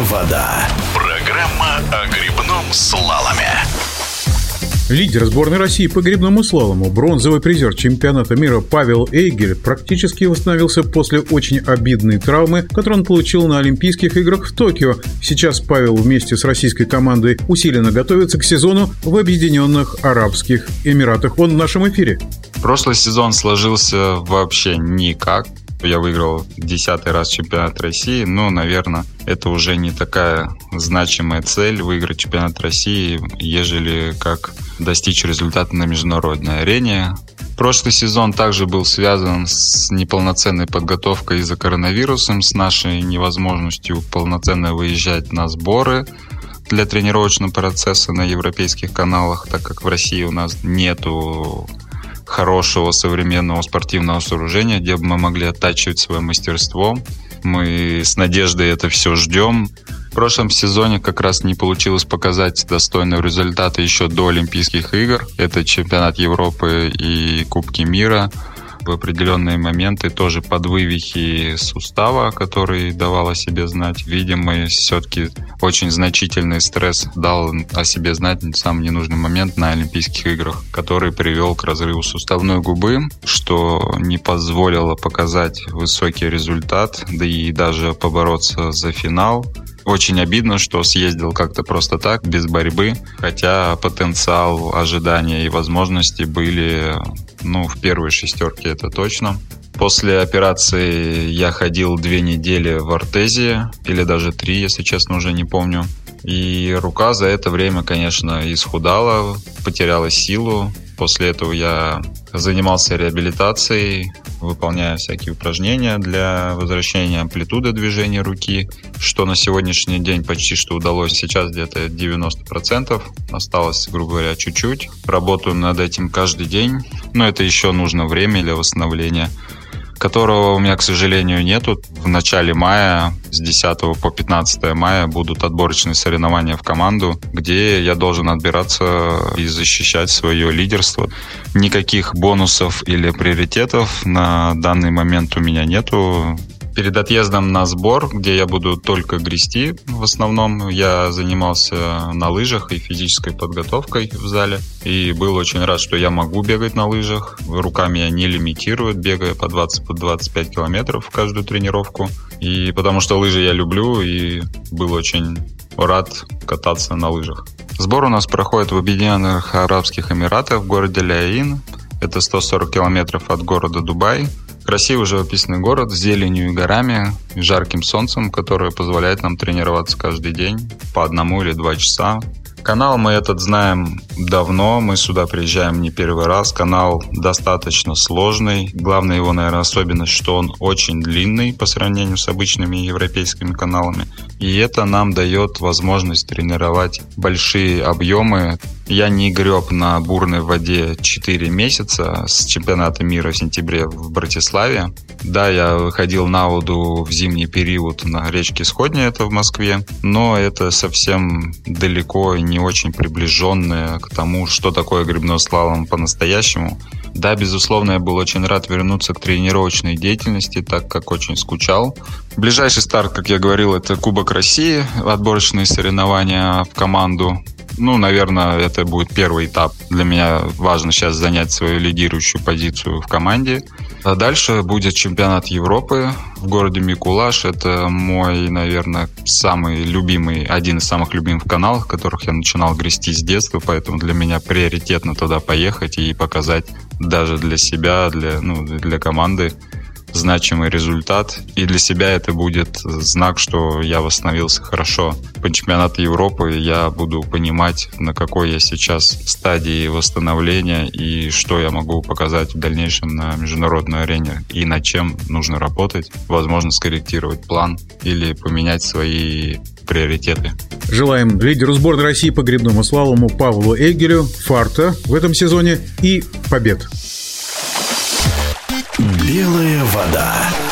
вода». Программа о гребном слаломе. Лидер сборной России по гребному слалому, бронзовый призер чемпионата мира Павел Эйгель практически восстановился после очень обидной травмы, которую он получил на Олимпийских играх в Токио. Сейчас Павел вместе с российской командой усиленно готовится к сезону в Объединенных Арабских Эмиратах. Он в нашем эфире. Прошлый сезон сложился вообще никак. Я выиграл 10-й раз чемпионат России, но, наверное, это уже не такая значимая цель выиграть чемпионат России, ежели как достичь результата на международной арене. Прошлый сезон также был связан с неполноценной подготовкой из-за коронавируса, с нашей невозможностью полноценно выезжать на сборы для тренировочного процесса на европейских каналах, так как в России у нас нету хорошего современного спортивного сооружения, где бы мы могли оттачивать свое мастерство. Мы с надеждой это все ждем. В прошлом сезоне как раз не получилось показать достойного результата еще до Олимпийских игр. Это чемпионат Европы и Кубки мира. В определенные моменты тоже подвывихи сустава, который давал о себе знать. Видимо, все-таки очень значительный стресс дал о себе знать в самый ненужный момент на Олимпийских играх, который привел к разрыву суставной губы, что не позволило показать высокий результат, да и даже побороться за финал. Очень обидно, что съездил как-то просто так, без борьбы, хотя потенциал, ожидания и возможности были, в первой шестерке, это точно. После операции я ходил 2 недели в ортезе, или даже 3, если честно, уже не помню. И рука за это время, конечно, исхудала, потеряла силу. После этого я занимался реабилитацией, выполняя всякие упражнения для возвращения амплитуды движения руки, что на сегодняшний день почти что удалось. Сейчас где-то 90%, осталось, грубо говоря, чуть-чуть. Работаю над этим каждый день, но это еще нужно время для восстановления, которого у меня, к сожалению, нету. В начале мая, с 10 по 15 мая, будут отборочные соревнования в команду, где я должен отбираться и защищать свое лидерство. Никаких бонусов или приоритетов на данный момент у меня нету. Перед отъездом на сбор, где я буду только грести, в основном я занимался на лыжах и физической подготовкой в зале. И был очень рад, что я могу бегать на лыжах. Руками меня не лимитируют, бегая по 20-25 километров в каждую тренировку. И потому что лыжи я люблю и был очень рад кататься на лыжах. Сбор у нас проходит в Объединенных Арабских Эмиратах в городе Ляин. Это 140 километров от города Дубай. Красивый живописный город с зеленью и горами, и жарким солнцем, которое позволяет нам тренироваться каждый день по 1 или 2 часа. Канал мы этот знаем давно, мы сюда приезжаем не первый раз. Канал достаточно сложный. Главная его, наверное, особенность, что он очень длинный по сравнению с обычными европейскими каналами. И это нам дает возможность тренировать большие объемы. Я не греб на бурной воде 4 месяца с чемпионата мира в сентябре в Братиславе. Да, я выходил на воду в зимний период на речке Сходня, это в Москве, но это совсем далеко и не очень приближенное к тому, что такое гребной слалом по-настоящему. Да, безусловно, я был очень рад вернуться к тренировочной деятельности, так как очень скучал. Ближайший старт, как я говорил, это Кубок России, отборочные соревнования в команду. Наверное, это будет первый этап. Для меня важно сейчас занять свою лидирующую позицию в команде. А дальше будет чемпионат Европы в городе Микулаш. Это мой, наверное, самый любимый, один из самых любимых каналов, в которых я начинал грести с детства. Поэтому для меня приоритетно туда поехать и показать даже для себя, для команды значимый результат. И для себя это будет знак, что я восстановился хорошо. По чемпионату Европы я буду понимать, на какой я сейчас стадии восстановления и что я могу показать в дальнейшем на международной арене и над чем нужно работать. Возможно, скорректировать план или поменять свои приоритеты. Желаем лидеру сборной России по гребному слалому Павлу Эйгелю фарта в этом сезоне и побед. Белая вода.